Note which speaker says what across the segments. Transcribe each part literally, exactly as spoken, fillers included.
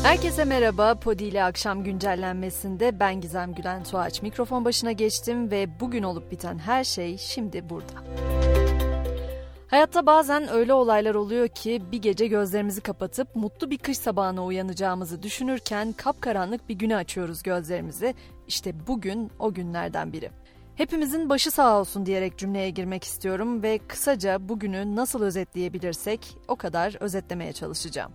Speaker 1: Herkese merhaba. Podi ile akşam güncellenmesinde ben Gizem Gülen Tuğaç mikrofon başına geçtim ve bugün olup biten her şey şimdi burada. Hayatta bazen öyle olaylar oluyor ki bir gece gözlerimizi kapatıp mutlu bir kış sabahına uyanacağımızı düşünürken kapkaranlık bir güne açıyoruz gözlerimizi. İşte bugün o günlerden biri. Hepimizin başı sağ olsun diyerek cümleye girmek istiyorum ve kısaca bugünü nasıl özetleyebilirsek o kadar özetlemeye çalışacağım.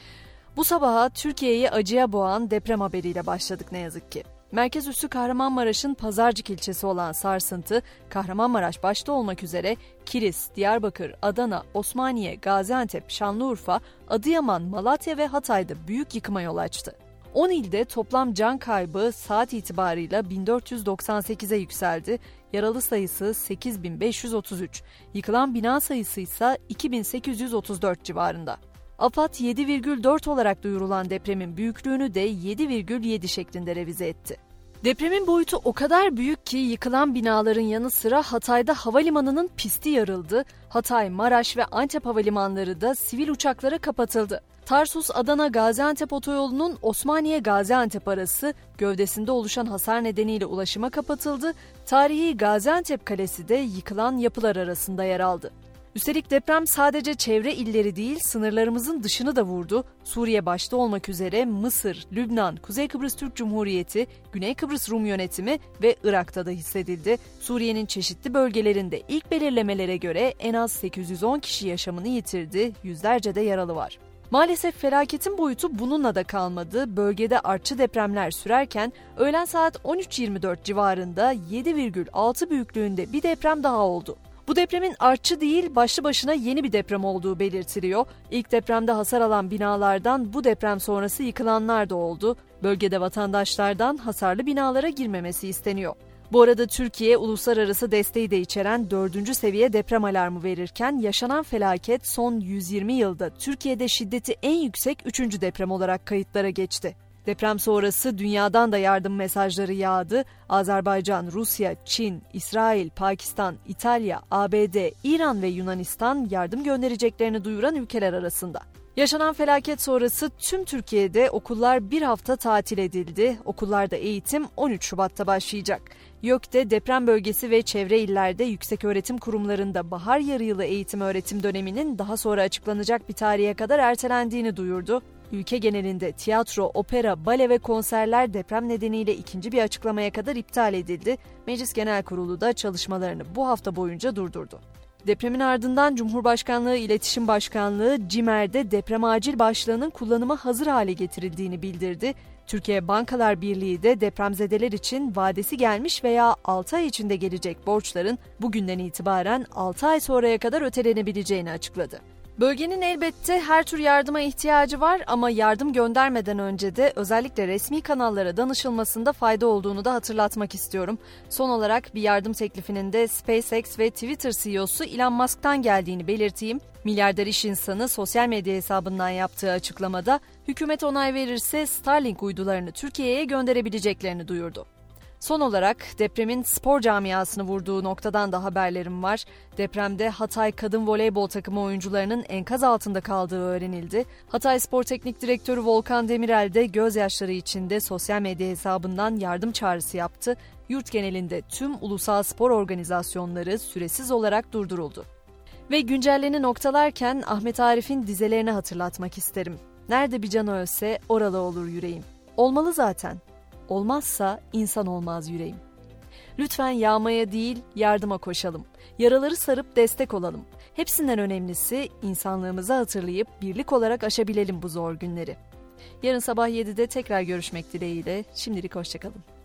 Speaker 1: Bu sabaha Türkiye'yi acıya boğan deprem haberiyle başladık ne yazık ki. Merkez üssü Kahramanmaraş'ın Pazarcık ilçesi olan sarsıntı, Kahramanmaraş başta olmak üzere Kilis, Diyarbakır, Adana, Osmaniye, Gaziantep, Şanlıurfa, Adıyaman, Malatya ve Hatay'da büyük yıkıma yol açtı. on ilde toplam can kaybı saat itibarıyla bin dört yüz doksan sekize yükseldi, yaralı sayısı sekiz bin beş yüz otuz üç, yıkılan bina sayısı ise iki bin sekiz yüz otuz dört civarında. AFAD yedi virgül dört olarak duyurulan depremin büyüklüğünü de yedi virgül yedi şeklinde revize etti. Depremin boyutu o kadar büyük ki yıkılan binaların yanı sıra Hatay'da havalimanının pisti yarıldı, Hatay, Maraş ve Antep havalimanları da sivil uçaklara kapatıldı. Tarsus, Adana, Gaziantep otoyolunun Osmaniye-Gaziantep arası gövdesinde oluşan hasar nedeniyle ulaşıma kapatıldı, tarihi Gaziantep Kalesi de yıkılan yapılar arasında yer aldı. Üstelik deprem sadece çevre illeri değil, sınırlarımızın dışını da vurdu. Suriye başta olmak üzere Mısır, Lübnan, Kuzey Kıbrıs Türk Cumhuriyeti, Güney Kıbrıs Rum Yönetimi ve Irak'ta da hissedildi. Suriye'nin çeşitli bölgelerinde ilk belirlemelere göre en az sekiz yüz on kişi yaşamını yitirdi, yüzlerce de yaralı var. Maalesef felaketin boyutu bununla da kalmadı. Bölgede artçı depremler sürerken öğlen saat on üç yirmi dört civarında yedi virgül altı büyüklüğünde bir deprem daha oldu. Bu depremin artçı değil, başlı başına yeni bir deprem olduğu belirtiliyor. İlk depremde hasar alan binalardan bu deprem sonrası yıkılanlar da oldu. Bölgede vatandaşlardan hasarlı binalara girmemesi isteniyor. Bu arada Türkiye, uluslararası desteği de içeren dördüncü seviye deprem alarmı verirken yaşanan felaket son yüz yirmi yılda Türkiye'de şiddeti en yüksek üçüncü deprem olarak kayıtlara geçti. Deprem sonrası dünyadan da yardım mesajları yağdı. Azerbaycan, Rusya, Çin, İsrail, Pakistan, İtalya, A B D, İran ve Yunanistan yardım göndereceklerini duyuran ülkeler arasında. Yaşanan felaket sonrası tüm Türkiye'de okullar bir hafta tatil edildi. Okullarda eğitim on üç Şubat'ta başlayacak. YÖK'te deprem bölgesi ve çevre illerde yükseköğretim kurumlarında bahar yarıyılı eğitim öğretim döneminin daha sonra açıklanacak bir tarihe kadar ertelendiğini duyurdu. Ülke genelinde tiyatro, opera, bale ve konserler deprem nedeniyle ikinci bir açıklamaya kadar iptal edildi. Meclis Genel Kurulu da çalışmalarını bu hafta boyunca durdurdu. Depremin ardından Cumhurbaşkanlığı İletişim Başkanlığı CİMER'de deprem acil başlığının kullanıma hazır hale getirildiğini bildirdi. Türkiye Bankalar Birliği de depremzedeler için vadesi gelmiş veya altı ay içinde gelecek borçların bugünden itibaren altı ay sonraya kadar ötelenebileceğini açıkladı. Bölgenin elbette her tür yardıma ihtiyacı var ama yardım göndermeden önce de özellikle resmi kanallara danışılmasında fayda olduğunu da hatırlatmak istiyorum. Son olarak bir yardım teklifinin de SpaceX ve Twitter C E O'su Elon Musk'tan geldiğini belirteyim. Milyarder iş insanı sosyal medya hesabından yaptığı açıklamada hükümet onay verirse Starlink uydularını Türkiye'ye gönderebileceklerini duyurdu. Son olarak depremin spor camiasını vurduğu noktadan da haberlerim var. Depremde Hatay kadın voleybol takımı oyuncularının enkaz altında kaldığı öğrenildi. Hatay Spor Teknik Direktörü Volkan Demirel de gözyaşları içinde sosyal medya hesabından yardım çağrısı yaptı. Yurt genelinde tüm ulusal spor organizasyonları süresiz olarak durduruldu. Ve güncelleni noktalarken Ahmet Arif'in dizelerini hatırlatmak isterim. Nerede bir can ölse oralı olur yüreğim. Olmalı zaten. Olmazsa insan olmaz yüreğim. Lütfen yağmaya değil yardıma koşalım. Yaraları sarıp destek olalım. Hepsinden önemlisi insanlığımızı hatırlayıp birlik olarak aşabilelim bu zor günleri. Yarın sabah yedide tekrar görüşmek dileğiyle. Şimdilik hoşçakalın.